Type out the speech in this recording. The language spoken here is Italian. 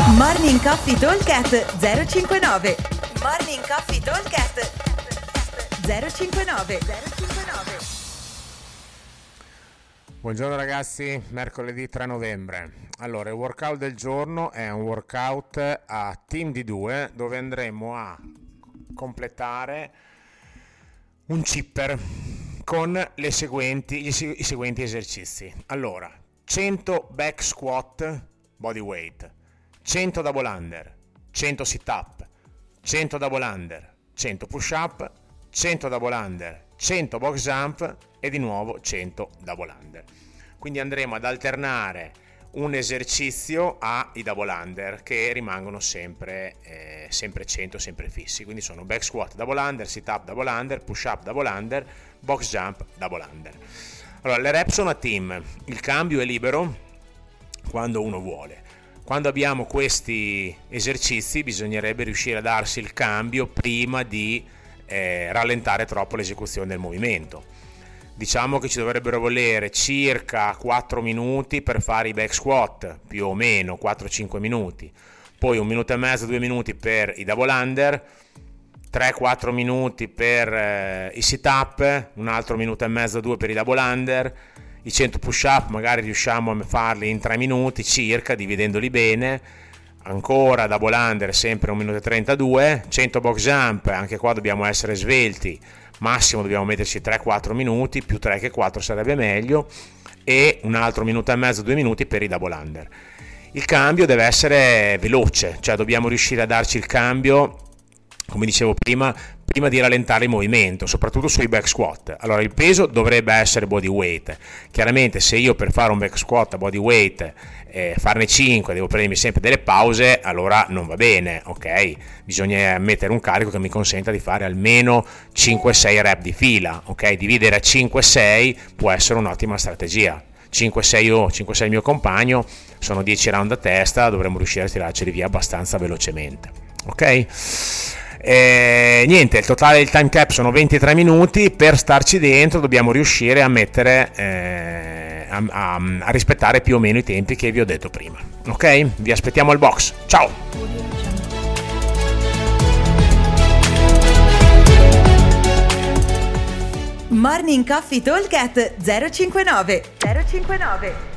Morning Coffee Talkcast 059. Morning Coffee Talkcast 059. Buongiorno ragazzi, mercoledì 3 novembre. Allora, il workout del giorno è un workout a team di 2 dove andremo a completare un chipper con i seguenti esercizi. Allora, 100 back squat body weight, 100 double under, 100 sit up, 100 double under, 100 push up, 100 double under, 100 box jump e di nuovo 100 double under. Quindi andremo ad alternare un esercizio ai double under che rimangono sempre 100, sempre fissi. Quindi sono back squat double under, sit up double under, push up double under, box jump double under. Allora, le rep sono a team, il cambio è libero quando uno vuole. Quando abbiamo questi esercizi bisognerebbe riuscire a darsi il cambio prima di rallentare troppo l'esecuzione del movimento. Diciamo che ci dovrebbero volere circa 4 minuti per fare i back squat, più o meno 4-5 minuti, poi 1 minuto e mezzo, 2 minuti per i double under, 3-4 minuti per i sit up, un altro minuto e mezzo, 2 per i double under. I 100 push up magari riusciamo a farli in 3 minuti circa, dividendoli bene. Ancora double under sempre 1 minuto e 32, 100 box jump, anche qua dobbiamo essere svelti, massimo dobbiamo metterci 3-4 minuti, più 3 che 4 sarebbe meglio, e un altro minuto e mezzo, 2 minuti per i double under. Il cambio deve essere veloce, cioè dobbiamo riuscire a darci il cambio, come dicevo prima di rallentare il movimento, soprattutto sui back squat. Allora, il peso dovrebbe essere body weight. Chiaramente se io per fare un back squat a body weight farne 5 devo prendermi sempre delle pause, allora non va bene, ok? Bisogna mettere un carico che mi consenta di fare almeno 5-6 rep di fila, ok? Dividere a 5-6 può essere un'ottima strategia. 5-6 io, 5-6 il mio compagno, sono 10 round a testa, dovremmo riuscire a tirarceli via abbastanza velocemente, ok? Niente, il totale del time cap sono 23 minuti. Per starci dentro dobbiamo riuscire a mettere a rispettare più o meno i tempi che vi ho detto prima, ok? Vi aspettiamo al box, ciao! Morning Coffee Talkcast 059.